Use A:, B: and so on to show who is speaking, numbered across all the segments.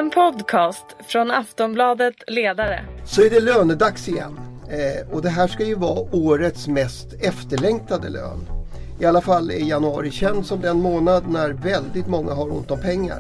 A: En podcast från Aftonbladet Ledare.
B: Så är det lönedags igen. Och det här ska ju vara årets mest efterlängtade lön. I alla fall är januari känd som den månad när väldigt många har ont om pengar.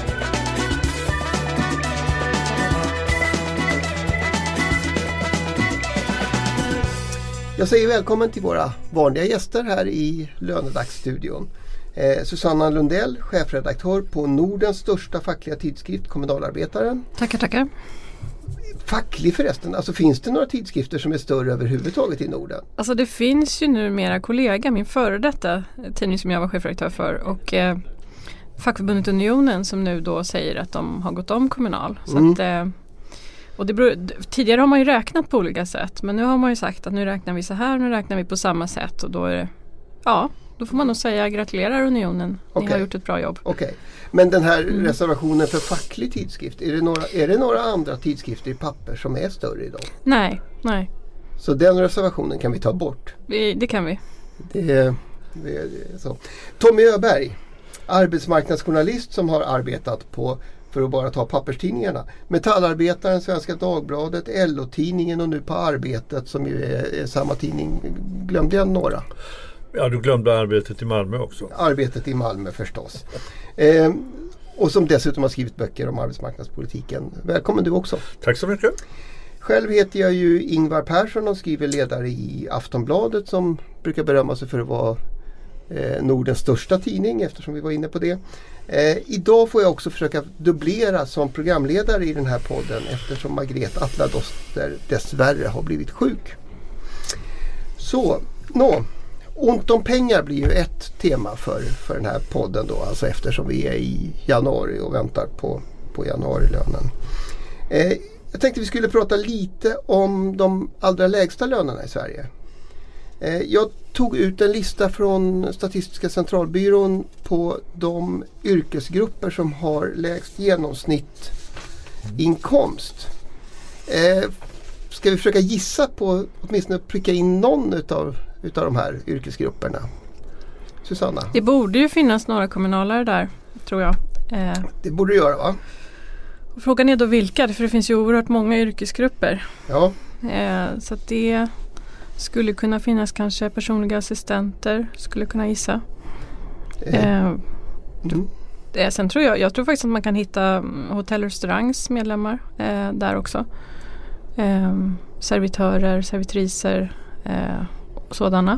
B: Jag säger välkommen till våra vanliga gäster här i Lönedagsstudion. Susanna Lundell, chefredaktör på Nordens största fackliga tidskrift, Kommunalarbetaren.
C: Tackar.
B: Facklig förresten, alltså finns det några tidskrifter som är större överhuvudtaget i Norden?
C: Alltså det finns ju numera kollega, min före detta tidning som jag var chefredaktör för, och fackförbundet Unionen som nu då säger att de har gått om Kommunal. Så att, och tidigare har man ju räknat på olika sätt, men nu har man ju sagt att nu räknar vi så här, nu räknar vi på samma sätt, och då är det, då får man nog säga gratulerar Unionen, ni har gjort ett bra jobb.
B: Okej. Men den här reservationen för facklig tidskrift, är det några andra tidskrifter i papper som är större idag?
C: Nej.
B: Så den reservationen kan vi ta bort?
C: Det kan vi.
B: Det är så. Tommy Öberg, arbetsmarknadsjournalist som har arbetat på, för att bara ta papperstidningarna, Metallarbetaren, Svenska Dagbladet, LO-tidningen och nu på Arbetet som ju är samma tidning. Glömde jag några?
D: Ja, du glömde Arbetet i Malmö också.
B: Arbetet i Malmö förstås. Och som dessutom har skrivit böcker om arbetsmarknadspolitiken. Välkommen du också.
D: Tack så mycket.
B: Själv heter jag ju Ingvar Persson och skriver ledare i Aftonbladet som brukar berömma sig för att vara Nordens största tidning, eftersom vi var inne på det. Idag får jag också försöka dubblera som programledare i den här podden eftersom Margret Atladoster dessvärre har blivit sjuk. Så, ont om pengar blir ju ett tema för den här podden då, alltså eftersom vi är i januari och väntar på januarilönen. Jag tänkte vi skulle prata lite om de allra lägsta lönerna i Sverige. Jag tog ut en lista från Statistiska centralbyrån på de yrkesgrupper som har lägst genomsnittsinkomst. Ska vi försöka gissa på, åtminstone pricka in någon utav de här yrkesgrupperna? Susanna?
C: Det borde ju finnas några kommunalare där, tror jag.
B: Det borde det göra, va?
C: Och frågan är då vilka, för det finns ju oerhört många yrkesgrupper.
B: Ja.
C: Så att det skulle kunna finnas kanske personliga assistenter, skulle kunna gissa. Sen tror jag tror faktiskt att man kan hitta hotell- och restaurangs medlemmar där också. Servitörer, servitriser, sådana.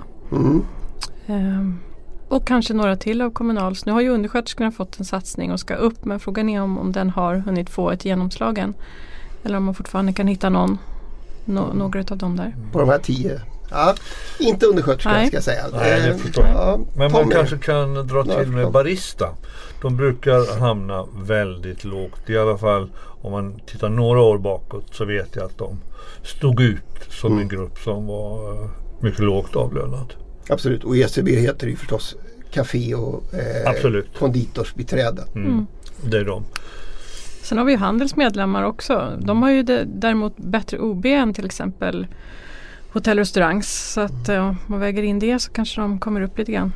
C: Och kanske några till av Kommunals. Nu har ju undersköterskorna fått en satsning och ska upp, men frågan är om den har hunnit få ett genomslag än. Eller om man fortfarande kan hitta några av dem där.
B: På de här 10? Ja, inte undersköterska ska jag säga.
D: Nej, det förstår jag. Men man kanske kan dra till med barista. De brukar hamna väldigt lågt. I alla fall om man tittar några år bakåt så vet jag att de stod ut som en grupp som var mycket lågt avlönad.
B: Absolut, och ECB heter ju förstås café och konditorsbiträden.
D: Det är de.
C: Sen har vi ju handelsmedlemmar också. De har ju däremot bättre OB än till exempel hotell- och restaurangs. Så att om man väger in det så kanske de kommer upp lite grann.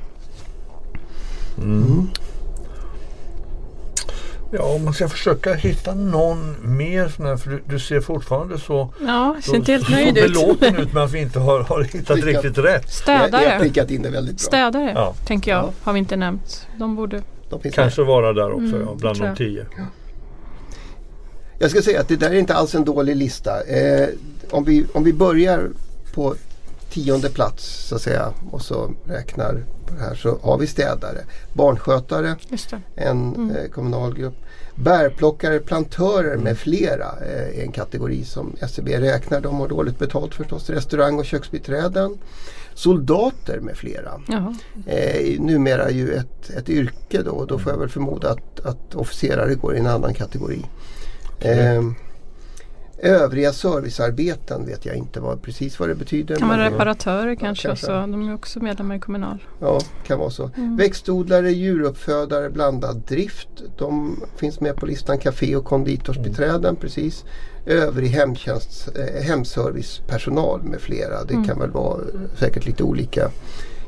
D: Ja, om man ska försöka hitta någon mer sån här, för du ser fortfarande så
C: ser inte helt nöjd ut.
D: belåten ut med att vi inte har hittat riktigt rätt.
C: Städare.
B: Jag har prickat in det väldigt bra.
C: Städare, tänker jag, har vi inte nämnt. De
D: kanske vara där också, bland de 10.
B: Ja. Jag ska säga att det där är inte alls en dålig lista. Om vi börjar på 10:e plats så att säga och så räknar på det här, så har vi städare, barnskötare, en kommunalgrupp, bärplockare, plantörer med flera är en kategori som SCB räknar. De har dåligt betalt förstås, restaurang- och köksbiträden, soldater med flera. Numera ju ett yrke då får jag väl förmoda att officerare går i en annan kategori. Övriga servicearbeten vet jag inte precis vad det betyder.
C: Kan vara reparatörer kanske. Så de är också medlemmar i Kommunal.
B: Ja, kan vara så. Växtodlare, djuruppfödare, blandad drift. De finns med på listan. Café- och konditorsbiträden, precis. Övrig hemservicepersonal med flera. Det kan väl vara säkert lite olika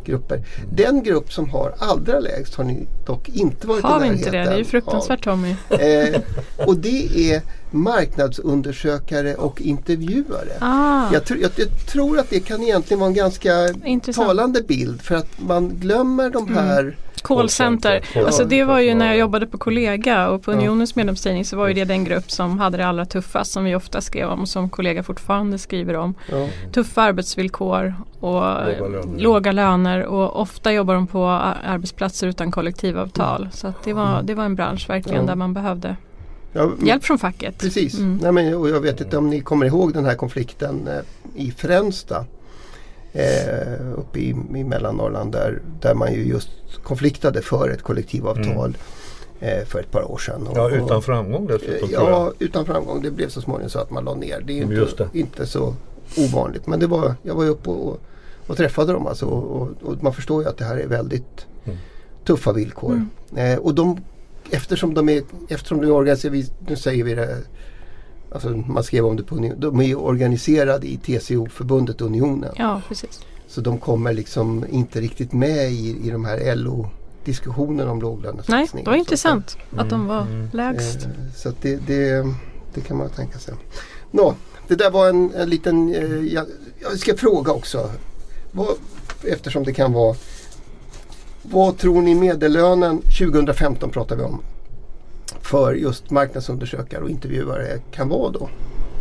B: grupper. Den grupp som har allra lägst har ni dock inte varit i närheten.
C: Har vi inte det? Det är ju fruktansvärt, Tommy.
B: Och det är marknadsundersökare och intervjuare. Jag tror att det kan egentligen vara en ganska talande bild, för att man glömmer de här
C: callcenter. Alltså det var ju när jag jobbade på Kollega och på Unionens medlemstidning, så var ju det den grupp som hade det allra tuffast, som vi ofta skrev om och som Kollega fortfarande skriver om. Tuffa arbetsvillkor och låga löner, och ofta jobbar de på arbetsplatser utan kollektivavtal. Så att det var en bransch verkligen där man behövde hjälp från facket.
B: Precis. Nej, men, och jag vet inte om ni kommer ihåg den här konflikten i Fränsta. Uppe i Mellannorrland där man ju just konfliktade för ett kollektivavtal för ett par år sedan.
D: Utan framgång dessutom.
B: Utan framgång. Det blev så småningom så att man la ner. Det är ju inte så ovanligt. Men jag var ju uppe och träffade dem alltså, och man förstår ju att det här är väldigt tuffa villkor. Och eftersom de är organiserade, nu säger vi det, alltså man skrev om det på de är organiserade i TCO-förbundet Unionen.
C: Ja, precis.
B: Så de kommer liksom inte riktigt med i de här LO-diskussionerna om låglönesatsningar.
C: Nej, det var intressant att de var lägst.
B: Så att det kan man tänka sig. Det där var en liten... jag ska fråga också. Eftersom det kan vara... Vad tror ni medellönen 2015 pratar vi om för just marknadsundersökare och intervjuare kan vara då?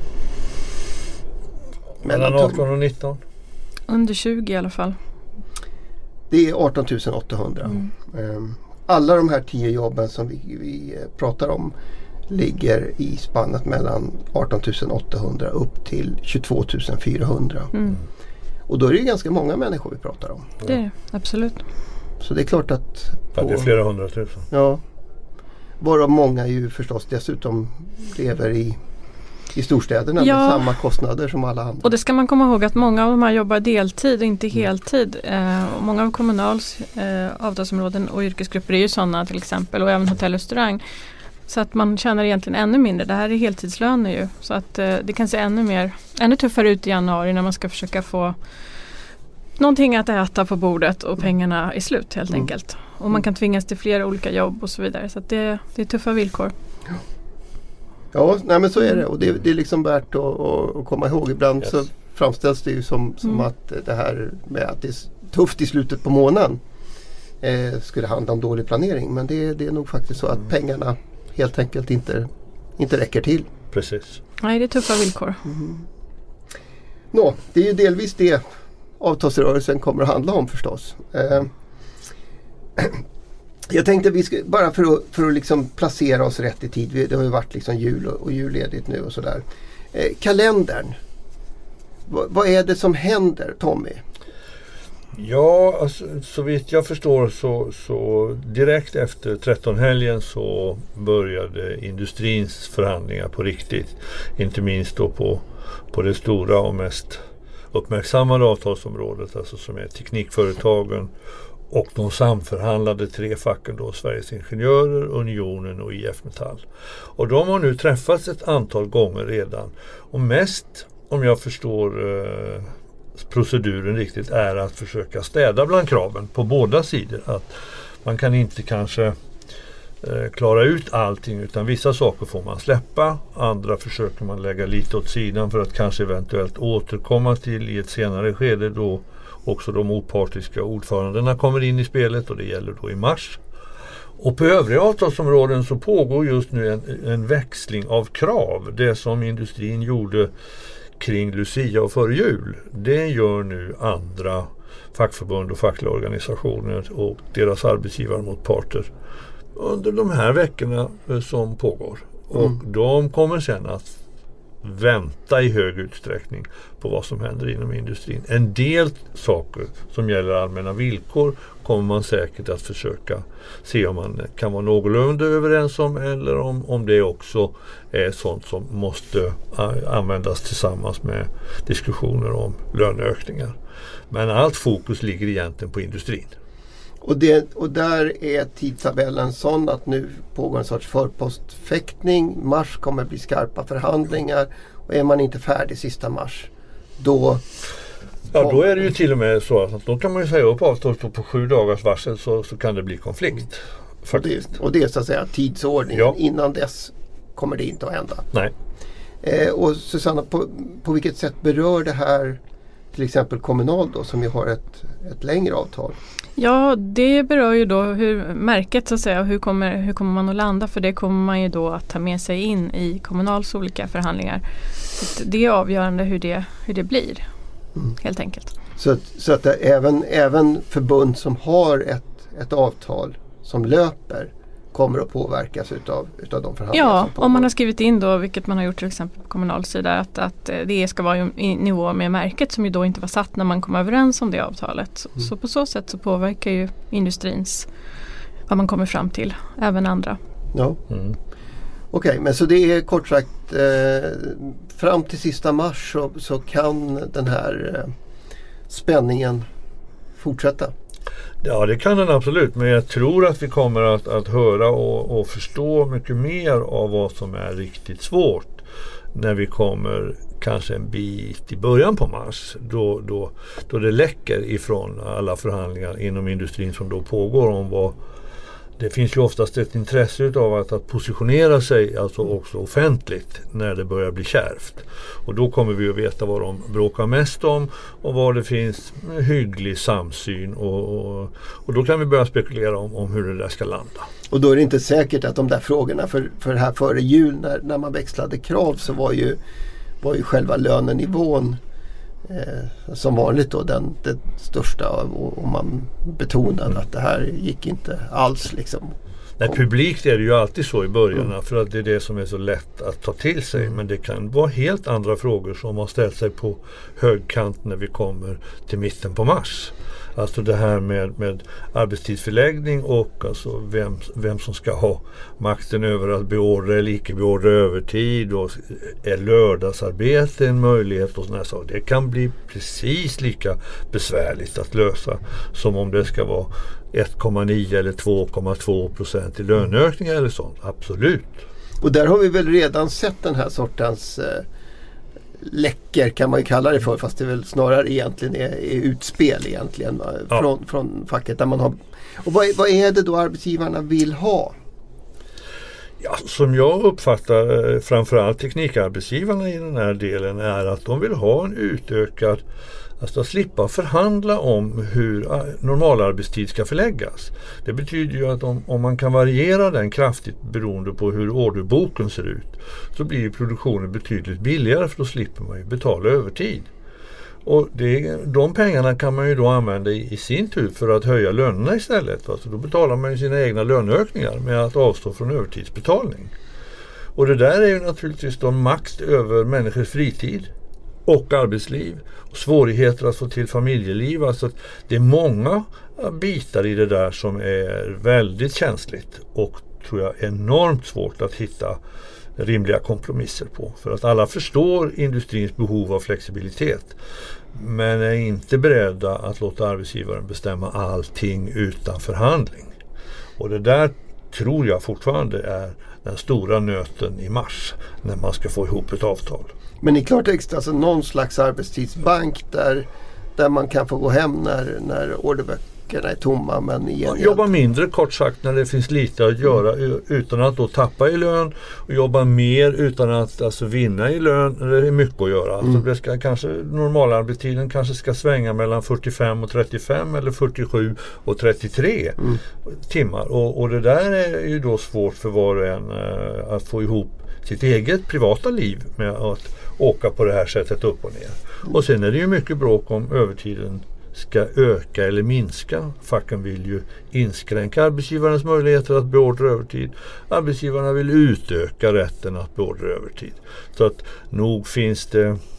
D: Mellan 18 och 19?
C: Under 20 i alla fall.
B: Det är 18 800. Alla de här 10 jobben som vi pratar om ligger i spannet mellan 18 800 upp till 22 400. Och då är det ju ganska många människor vi pratar om.
C: Det är absolut.
B: Så det är klart att...
D: det är flera 100 000.
B: Ja. Varav många ju förstås dessutom lever i storstäderna med samma kostnader som alla andra.
C: Och det ska man komma ihåg att många av de här jobbar deltid och inte heltid. Och många av Kommunals avtalsområden och yrkesgrupper är ju sådana till exempel, och även hotell och restaurang. Så att man tjänar egentligen ännu mindre. Det här är heltidslöner ju. Så att det kan se ännu tuffare ut i januari när man ska försöka få någonting att äta på bordet och pengarna är slut helt enkelt. Och man kan tvingas till flera olika jobb och så vidare. Så att det är tuffa villkor.
B: Ja, nej, men så är det. Och det är liksom värt att komma ihåg. Ibland så framställs det ju som att det här med att det är tufft i slutet på månaden skulle handla om dålig planering. Men det är nog faktiskt så att pengarna helt enkelt inte räcker till.
D: Precis.
C: Nej, det är tuffa villkor.
B: Det är ju delvis det avtalsrörelsen kommer att handla om förstås. Jag tänkte vi ska, bara för att liksom placera oss rätt i tid. Det har ju varit liksom jul och julledigt nu och sådär. Kalendern. Vad är det som händer, Tommy?
D: Ja, alltså, så vitt jag förstår så direkt efter 13-helgen så började industrins förhandlingar på riktigt. Inte minst då på det stora och mest uppmärksammade avtalsområdet, alltså som är teknikföretagen och de samförhandlade 3 facken då, Sveriges Ingenjörer, Unionen och IF Metall. Och de har nu träffats ett antal gånger redan. Och mest, om jag förstår proceduren riktigt, är att försöka städa bland kraven på båda sidor. Att man kan inte kanske klara ut allting, utan vissa saker får man släppa, andra försöker man lägga lite åt sidan för att kanske eventuellt återkomma till i ett senare skede då också de opartiska ordförandena kommer in i spelet, och det gäller då i mars. Och på övriga avtalsområden så pågår just nu en växling av krav. Det som industrin gjorde kring Lucia och före jul, det gör nu andra fackförbund och fackliga organisationer och deras arbetsgivare mot parter under de här veckorna som pågår. Och de kommer sen att vänta i hög utsträckning på vad som händer inom industrin. En del saker som gäller allmänna villkor kommer man säkert att försöka se om man kan vara någorlunda överens om, eller om det också är sånt som måste användas tillsammans med diskussioner om löneökningar. Men allt fokus ligger egentligen på industrin.
B: Och där är tidtabellen sån att nu pågår en sorts förpostfäktning. Mars kommer bli skarpa förhandlingar, och är man inte färdig sista mars, då
D: Ja, då är det ju till och med så att då kan man ju säga upp avtalet på 7 dagars varsel så kan det bli konflikt.
B: Och det är så att säga tidsordningen. Ja. Innan dess kommer det inte att hända.
D: Nej.
B: Och Susanna, på vilket sätt berör det här till exempel Kommunal då, som ju har ett längre avtal?
C: Ja, det berör ju då hur märket så att säga, hur kommer man att landa, för det kommer man ju då att ta med sig in i Kommunals olika förhandlingar. Så det är avgörande hur det blir, helt enkelt.
B: Så att även förbund som har ett avtal som löper kommer att påverkas utav de förhandlingar som pågår.
C: Om man har skrivit in då, vilket man har gjort till exempel på Kommunals sida, att det ska vara i nivå med märket som ju då inte var satt när man kom överens om det avtalet. Så på så sätt så påverkar ju industrins vad man kommer fram till, även andra.
B: Ja. Okej, men så det är kort sagt fram till sista mars så kan den här spänningen fortsätta.
D: Ja, det kan den absolut, men jag tror att vi kommer att höra och förstå mycket mer av vad som är riktigt svårt när vi kommer kanske en bit i början på mars då det läcker ifrån alla förhandlingar inom industrin som då pågår om vad. Det finns ju oftast ett intresse av att positionera sig alltså också offentligt när det börjar bli kärvt. Och då kommer vi att veta vad de bråkar mest om och vad det finns hygglig samsyn och då kan vi börja spekulera om hur det där ska landa.
B: Och då är det inte säkert att de där frågorna för här före jul när man växlade krav så var ju själva lönenivån som vanligt då den största och man betonade att det här gick inte alls liksom.
D: Nej, publikt är det ju alltid så i början för att det är det som är så lätt att ta till sig, men det kan vara helt andra frågor som har ställt sig på högkant när vi kommer till mitten på mars. Alltså det här med arbetstidsförläggning och alltså vem som ska ha makten över att beordra eller icke beordra övertid och är lördagsarbete en möjlighet och sådana saker. Det kan bli precis lika besvärligt att lösa som om det ska vara 1,9 eller 2,2% i löneökningar eller sånt. Absolut.
B: Och där har vi väl redan sett den här sortens läcker kan man ju kalla det för, fast det väl snarare egentligen är utspel egentligen från facket där man har. Och vad är det då arbetsgivarna vill ha?
D: Ja, som jag uppfattar framförallt teknikarbetsgivarna i den här delen är att de vill ha en utökad, alltså att slippa förhandla om hur normalarbetstid ska förläggas. Det betyder ju att om man kan variera den kraftigt beroende på hur orderboken ser ut så blir produktionen betydligt billigare, för då slipper man ju betala övertid. Och de pengarna kan man ju då använda i sin tur för att höja lönerna istället. Alltså då betalar man ju sina egna löneökningar med att avstå från övertidsbetalning. Och det där är ju naturligtvis då makt över människors fritid och arbetsliv och svårigheter att få till familjeliv. Alltså det är många bitar i det där som är väldigt känsligt och tror jag enormt svårt att hitta rimliga kompromisser på. För att alla förstår industrins behov av flexibilitet men är inte beredda att låta arbetsgivaren bestämma allting utan förhandling. Och det där tror jag fortfarande är den stora nöten i mars när man ska få ihop ett avtal.
B: Men i klartext, alltså någon slags arbetstidsbank där man kan få gå hem när orderböckerna är tomma, men
D: jobba mindre kort sagt när det finns lite att göra utan att då tappa i lön, och jobba mer utan att alltså vinna i lön när det är mycket att göra. Alltså det ska kanske normalarbetstiden kanske ska svänga mellan 45 och 35 eller 47 och 33 timmar och det där är ju då svårt för var och en att få ihop sitt eget privata liv med att åka på det här sättet upp och ner. Och sen är det ju mycket bråk om övertiden ska öka eller minska. Facken vill ju inskränka arbetsgivarens möjligheter att beordra övertid. Arbetsgivarna vill utöka rätten att beordra övertid. Så att nog finns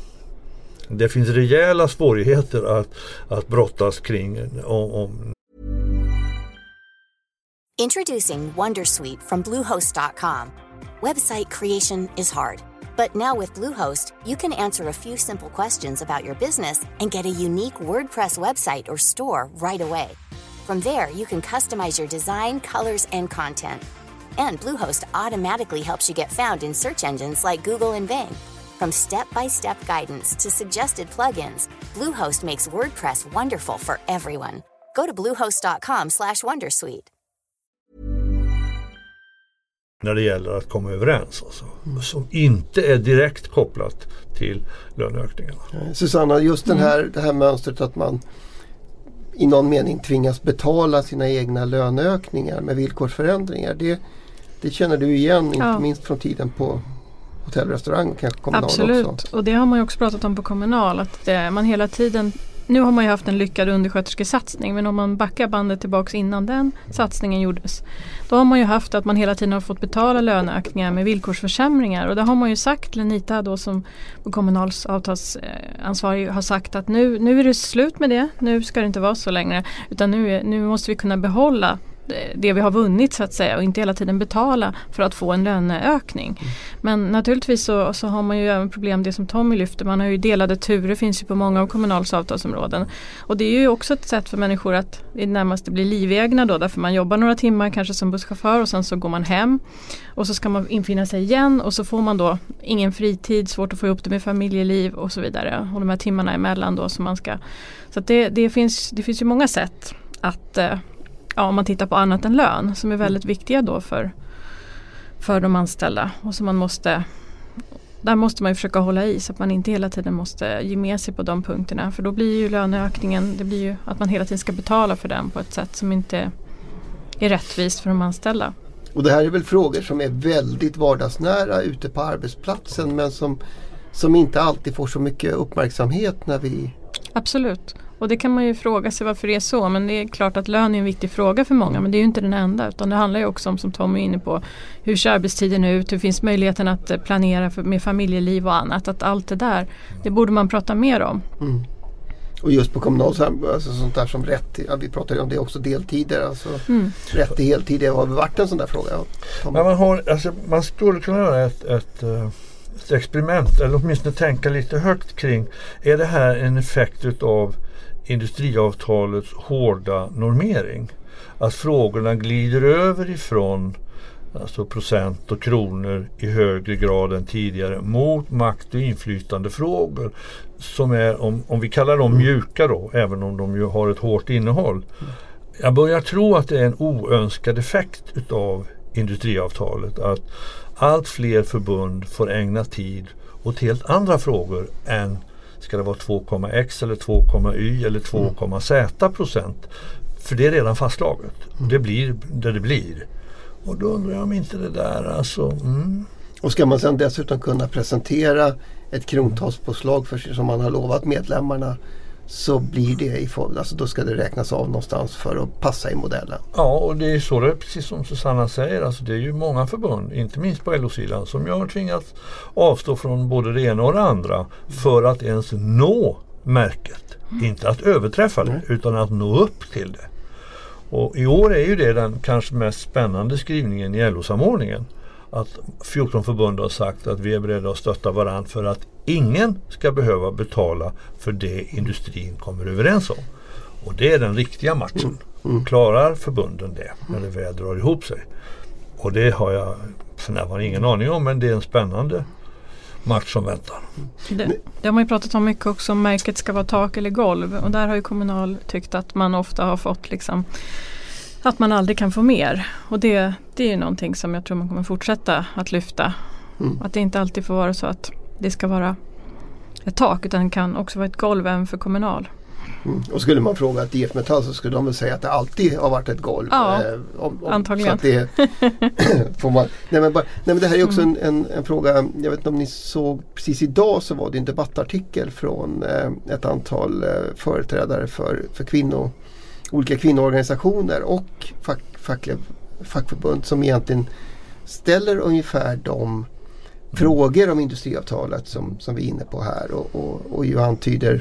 D: det finns rejäla svårigheter att brottas kring om.
E: Introducing Wondersuite from Bluehost.com. Website creation is hard, but now with Bluehost, you can answer a few simple questions about your business and get a unique WordPress website or store right away. From there, you can customize your design, colors, and content. And Bluehost automatically helps you get found in search engines like Google and Bing. From step-by-step guidance to suggested plugins, Bluehost makes WordPress wonderful for everyone. Go to bluehost.com/wondersuite.
D: När det gäller att komma överens alltså, som inte är direkt kopplat till löneökningarna.
B: Susanna, just det här mönstret att man i någon mening tvingas betala sina egna löneökningar med villkorsförändringar, det känner du igen, inte minst från tiden på hotell, restaurang och kanske Kommunal.
C: Absolut.
B: Också.
C: Och det har man ju också pratat om på Kommunal, att man hela tiden, nu har man ju haft en lyckad undersköterskesatsning, men om man backar bandet tillbaks innan den satsningen gjordes, då har man ju haft att man hela tiden har fått betala löneökningar med villkorsförsämringar, och det har man ju sagt, Lenita då som på Kommunals avtalsansvarig har sagt att nu är det slut med det, nu ska det inte vara så längre, utan nu måste vi kunna behålla det vi har vunnit så att säga, och inte hela tiden betala för att få en löneökning. Men naturligtvis så har man ju även problem, det som Tommy lyfter, man har ju delade turer, finns ju på många av Kommunals avtalsområden, och det är ju också ett sätt för människor att i det närmaste bli livegna då, därför man jobbar några timmar kanske som busschaufför och sen så går man hem och så ska man infinna sig igen, och så får man då ingen fritid, svårt att få ihop det med familjeliv och så vidare, och de här timmarna emellan då som man ska, så att det finns ju många sätt att om man tittar på annat än lön som är väldigt viktiga då för de anställda, och så där måste man ju försöka hålla i så att man inte hela tiden måste ge med sig på de punkterna, för då blir ju löneökningen, det blir ju att man hela tiden ska betala för den på ett sätt som inte är rättvist för de anställda.
B: Och det här är väl frågor som är väldigt vardagsnära ute på arbetsplatsen, men som inte alltid får så mycket uppmärksamhet när vi...
C: Absolut. Och det kan man ju fråga sig varför det är så, men det är klart att lön är en viktig fråga för många, men det är ju inte den enda, utan det handlar ju också om, som Tom är inne på, hur ser arbetstiden ut, hur finns möjligheten att planera med familjeliv och annat, att allt det där, det borde man prata mer om. Mm.
B: Och just på Kommunal, alltså sånt där som rätt till, vi pratar ju om det också, deltider, alltså rätt till heltid, det har varit en sån där fråga.
D: Men man skulle kunna göra ett experiment, eller åtminstone tänka lite högt kring, är det här en effekt utav industriavtalets hårda normering? Att frågorna glider över ifrån alltså procent och kronor i högre grad än tidigare mot makt- och inflytandefrågor som är, om vi kallar dem mjuka då, även om de ju har ett hårt innehåll. Jag börjar tro att det är en oönskad effekt utav industriavtalet, att allt fler förbund får ägna tid åt helt andra frågor än ska det vara 2,x eller 2,y eller 2,z%. För det är redan fastslaget. Det blir det det blir. Och då undrar jag om inte det där alltså...
B: Och ska man sedan dessutom kunna presentera ett krontalspåslag som man har lovat medlemmarna, så blir det alltså då ska det räknas av någonstans för att passa i modellen.
D: Ja, och det är så det är, precis som Susanna säger, alltså det är ju många förbund, inte minst på LO-sidan, som jag har tvingats avstå från både det ena och det andra för att ens nå märket. Inte att överträffa det, utan att nå upp till det. Och i år är ju det den kanske mest spännande skrivningen i LO-samordningen. Att 14 förbund har sagt att vi är beredda att stötta varandra för att ingen ska behöva betala för det industrin kommer överens om. Och det är den riktiga matchen. Klarar förbunden det när det väl drar ihop sig? Och det har jag för närvarande ingen aning om, men det är en spännande match som väntar.
C: Det har man ju pratat om mycket också, om märket ska vara tak eller golv. Och där har ju Kommunal tyckt att man ofta har fått liksom att man aldrig kan få mer. Och det är ju någonting som jag tror man kommer fortsätta att lyfta. Att det inte alltid får vara så att det ska vara ett tak, utan det kan också vara ett golv även för Kommunal.
B: Och skulle man fråga att IF Metall, så skulle de väl säga att det alltid har varit ett golv.
C: Ja, antagligen.
B: Så att det får man, nej men det här är också en fråga, jag vet inte om ni såg, precis idag så var det en debattartikel från ett antal företrädare för olika kvinnoorganisationer och fackförbund som egentligen ställer ungefär de frågor om industriavtalet som vi är inne på här och ju antyder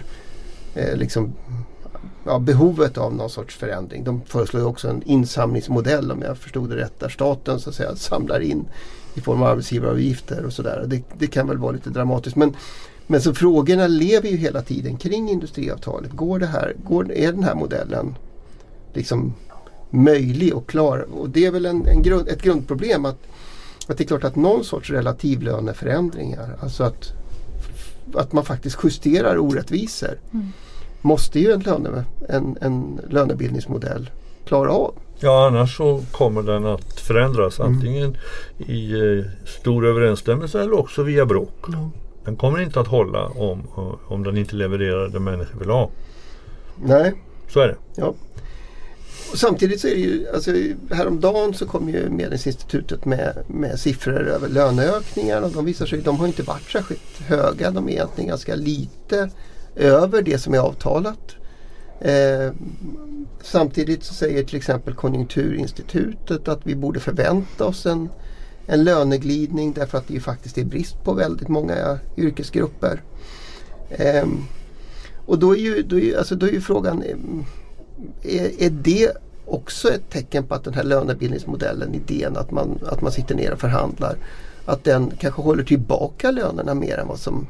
B: behovet av någon sorts förändring. De föreslår också en insamlingsmodell, om jag förstod det rätt, där staten så att säga samlar in i form av arbetsgivaravgifter och sådär. Det kan väl vara lite dramatiskt, men så frågorna lever ju hela tiden kring industriavtalet. Är den här modellen liksom möjlig och klar? Och det är väl ett grundproblem att det är klart att någon sorts relativlöneförändringar, alltså att att man faktiskt justerar orättvisor. Måste ju en lönebildningsmodell klara av.
D: Ja, annars så kommer den att förändras antingen i stor överensstämmelse eller också via bråk. Den kommer inte att hålla om den inte levererar det människor vill ha.
B: Nej.
D: Så är det.
B: Ja. Och samtidigt så är det ju, alltså häromdagen så kom ju Medlingsinstitutet med siffror över löneökningar och de visar sig, de har inte varit särskilt höga, de är egentligen ganska lite över det som är avtalat. Samtidigt så säger till exempel Konjunkturinstitutet att vi borde förvänta oss en löneglidning därför att det ju faktiskt är brist på väldigt många yrkesgrupper. Och då är ju frågan, är det också ett tecken på att den här lönebildningsmodellen, idén att man sitter ner och förhandlar, att den kanske håller tillbaka lönerna mer än vad som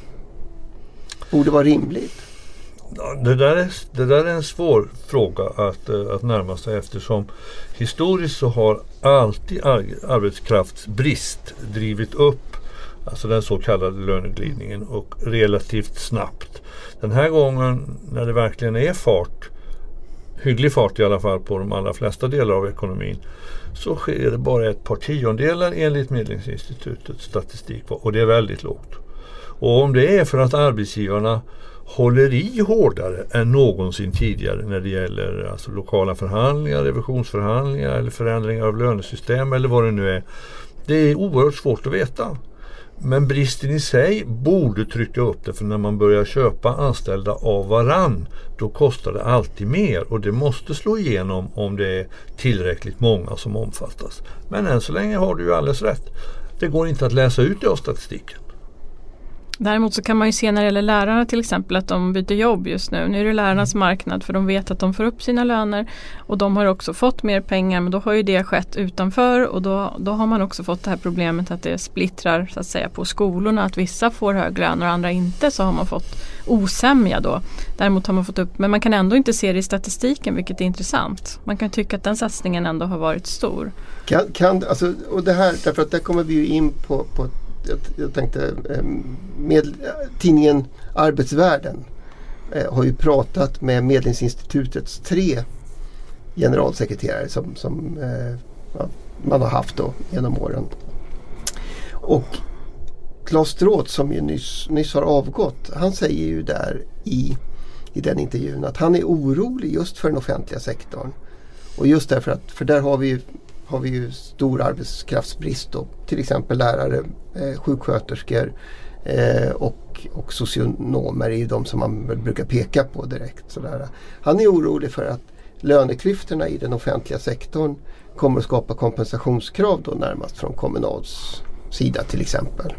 B: borde vara rimligt?
D: Ja, det där är en svår fråga att närma sig, eftersom historiskt så har alltid arbetskraftsbrist drivit upp alltså den så kallade löneglidningen och relativt snabbt. Den här gången när det verkligen är hygglig fart i alla fall på de allra flesta delar av ekonomin, så sker det bara ett par tiondelar enligt Medlingsinstitutets statistik, och det är väldigt lågt. Och om det är för att arbetsgivarna håller i hårdare än någonsin tidigare när det gäller alltså lokala förhandlingar, revisionsförhandlingar eller förändringar av lönesystem eller vad det nu är, det är oerhört svårt att veta. Men bristen i sig borde trycka upp det, för när man börjar köpa anställda av varann, då kostar det alltid mer och det måste slå igenom om det är tillräckligt många som omfattas. Men än så länge har du ju alldeles rätt. Det går inte att läsa ut det av statistiken.
C: Däremot så kan man ju se när det gäller lärarna till exempel att de byter jobb just nu. Nu är det lärarnas marknad, för de vet att de får upp sina löner och de har också fått mer pengar, men då har ju det skett utanför och då har man också fått det här problemet att det splittrar så att säga på skolorna, att vissa får hög lön och andra inte, så har man fått osämja då. Däremot har man fått upp, men man kan ändå inte se det i statistiken, vilket är intressant. Man kan tycka att den satsningen ändå har varit stor.
B: Alltså, och det här, därför att där kommer vi ju in på jag tänkte med tidningen Arbetsvärlden har ju pratat med Medlingsinstitutets 3 generalsekreterare som man har haft då genom åren. Och Claes Stråth, som ju nyss har avgått, han säger ju där i den intervjun att han är orolig just för den offentliga sektorn. Och just därför att, för där har vi ju stor arbetskraftsbrist då, till exempel lärare, sjuksköterskor och socionomer är ju de som man väl brukar peka på direkt. Sådär. Han är orolig för att löneklyftorna i den offentliga sektorn kommer att skapa kompensationskrav då närmast från Kommunals sida till exempel.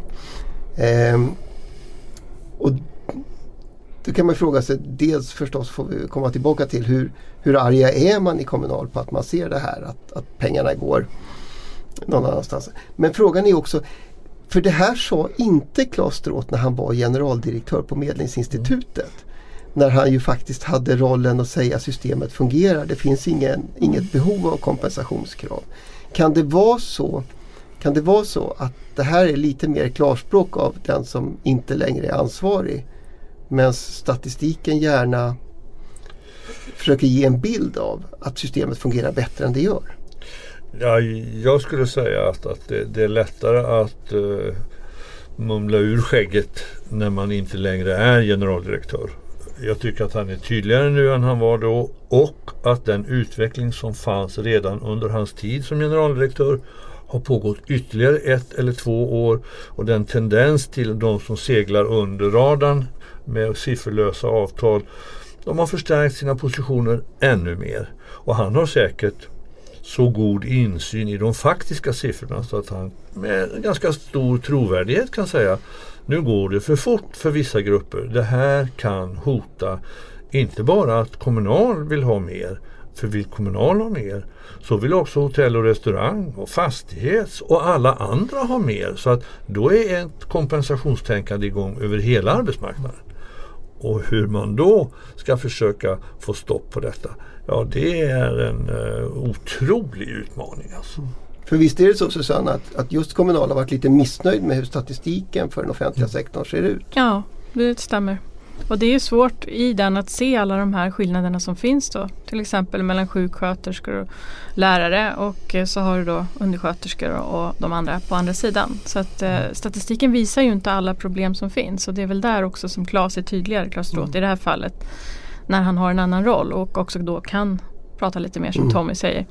B: Och då kan man fråga sig, dels förstås får vi komma tillbaka till hur arga är man i Kommunal på att man ser det här, att pengarna går någon annanstans. Men frågan är också, för det här sa inte Claes Stråth när han var generaldirektör på Medlingsinstitutet. När han ju faktiskt hade rollen att säga att systemet fungerar. Det finns inget behov av kompensationskrav. Kan det vara så att det här är lite mer klarspråk av den som inte längre är ansvarig, men statistiken gärna försöker ge en bild av att systemet fungerar bättre än det gör?
D: Ja, jag skulle säga att det är lättare att mumla ur skägget när man inte längre är generaldirektör. Jag tycker att han är tydligare nu än han var då, och att den utveckling som fanns redan under hans tid som generaldirektör har pågått ytterligare 1 eller 2 år, och den tendens till de som seglar under radarn med sifferlösa avtal, de har förstärkt sina positioner ännu mer. Och han har säkert så god insyn i de faktiska siffrorna så att han med ganska stor trovärdighet kan säga: nu går det för fort för vissa grupper. Det här kan hota inte bara att Kommunal vill ha mer, för vill Kommunal ha mer så vill också hotell och restaurang och fastighets och alla andra ha mer. Så att då är ett kompensationstänkande igång över hela arbetsmarknaden. Och hur man då ska försöka få stopp på detta, ja, det är en otrolig utmaning alltså.
B: För visst är det så, Susanna, att just Kommunal har varit lite missnöjd med hur statistiken för den offentliga sektorn ser ut.
C: Ja, det stämmer. Och det är ju svårt i den att se alla de här skillnaderna som finns då. Till exempel mellan sjuksköterskor och lärare, och så har du då undersköterskor och de andra på andra sidan. Så att statistiken visar ju inte alla problem som finns, och det är väl där också som Claes är tydligare, Claes Stråth i det här fallet, när han har en annan roll och också då kan prata lite mer som Tommy säger.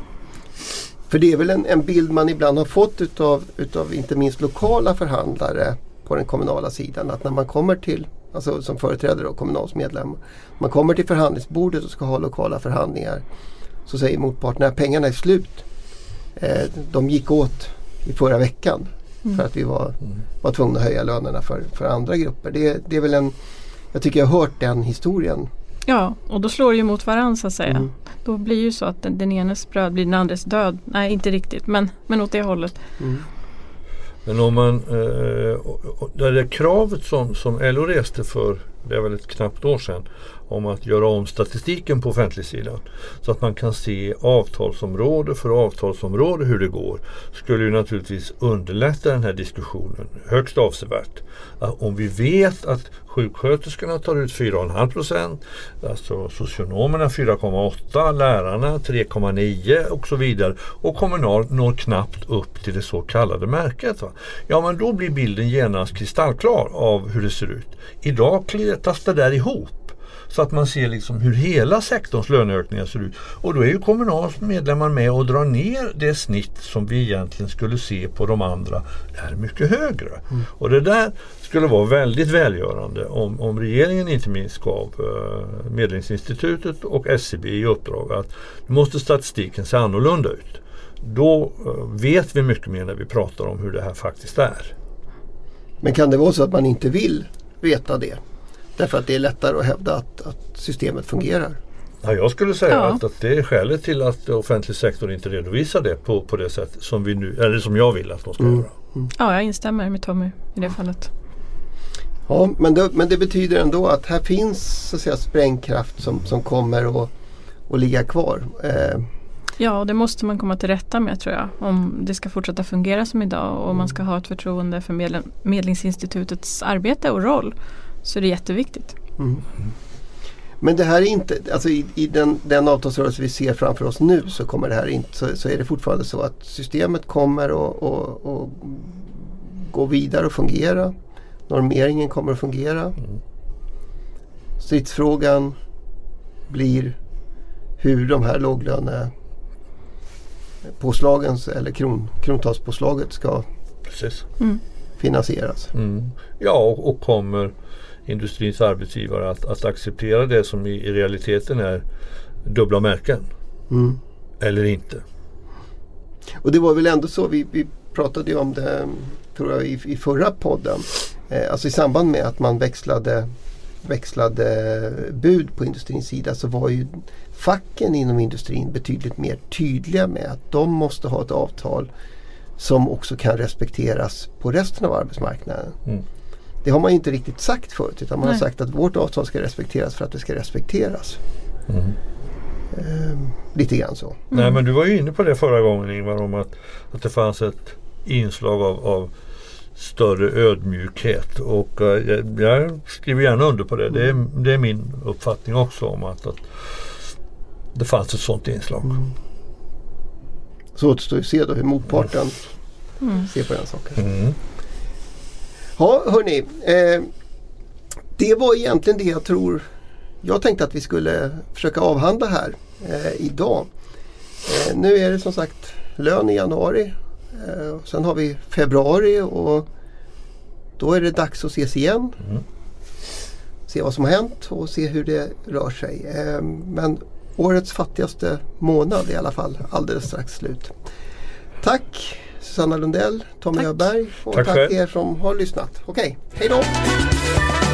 B: För det är väl en bild man ibland har fått utav inte minst lokala förhandlare på den kommunala sidan, att när man kommer till, alltså som företrädare och Kommunals medlem, man kommer till förhandlingsbordet och ska ha lokala förhandlingar, så säger motparten att pengarna är slut. De gick åt i förra veckan för att vi var tvungna att höja lönerna för andra grupper. Det är väl jag tycker jag har hört den historien.
C: Ja, och då slår det ju mot varandra så att säga. Då blir ju så att den enes bröd blir den andres död. Nej, inte riktigt, men åt det hållet.
D: Men om man, det är kravet som LO reste för, det är väl ett knappt år sedan, om att göra om statistiken på offentligsidan så att man kan se avtalsområde för avtalsområde hur det går, skulle ju naturligtvis underlätta den här diskussionen högst avsevärt. Om vi vet att sjuksköterskorna tar ut 4,5%, alltså socionomerna 4,8%, lärarna 3,9% och så vidare, och Kommunal når knappt upp till det så kallade märket. Ja, men då blir bilden genast kristallklar av hur det ser ut. Idag kletas det där ihop, så att man ser liksom hur hela sektorns löneökningar ser ut. Och då är ju Kommunals medlemmar med och drar ner det snitt som vi egentligen skulle se på de andra är mycket högre. Och det där skulle vara väldigt välgörande om regeringen inte minst gav Medlingsinstitutet och SCB i uppdrag att nu måste statistiken se annorlunda ut. Då vet vi mycket mer när vi pratar om hur det här faktiskt är.
B: Men kan det vara så att man inte vill veta det? Därför att det är lättare att hävda att systemet fungerar.
D: Ja, jag skulle säga att det är skälet till att offentlig sektor inte redovisar det på det sätt som vi nu, eller som jag vill att de ska göra.
C: Ja, jag instämmer med Tommy i det fallet.
B: Ja, men det betyder ändå att här finns så att säga sprängkraft som kommer att ligga kvar.
C: Ja, och det måste man komma till rätta med, tror jag, om det ska fortsätta fungera som idag och man ska ha ett förtroende för Medlingsinstitutets arbete och roll. Så det är jätteviktigt.
B: Men det här är inte, alltså i den avtalsrörelse vi ser framför oss nu, så kommer det här inte, så är det fortfarande så att systemet kommer att gå vidare och fungera. Normeringen kommer att fungera. Stridsfrågan blir hur de här låglönepåslagen eller krontalspåslaget ska finansieras.
D: Ja, och kommer industrins arbetsgivare att acceptera det som i realiteten är dubbla märken eller inte. Och
B: det var väl ändå så, vi pratade ju om det, tror jag, i förra podden, alltså i samband med att man växlade bud på industrins sida, så var ju facken inom industrin betydligt mer tydliga med att de måste ha ett avtal som också kan respekteras på resten av arbetsmarknaden. Det har man inte riktigt sagt förut, utan man har sagt att vårt avtal ska respekteras för att det ska respekteras. Lite grann så.
D: Nej, men du var ju inne på det förra gången, Ingvar, om att det fanns ett inslag av större ödmjukhet, och jag skriver gärna under på det. Det är min uppfattning också om att det fanns ett sånt inslag.
B: Så återstår ju se då hur motparten ser på den saken. Ja, hörni. Det var egentligen det jag tänkte att vi skulle försöka avhandla här idag. Nu är det som sagt lön i januari. Sen har vi februari, och då är det dags att ses igen. Se vad som har hänt och se hur det rör sig. Men årets fattigaste månad är i alla fall alldeles strax slut. Tack Susanna Lundell, Tommy Öberg, och tack er som har lyssnat. Okej, hej då!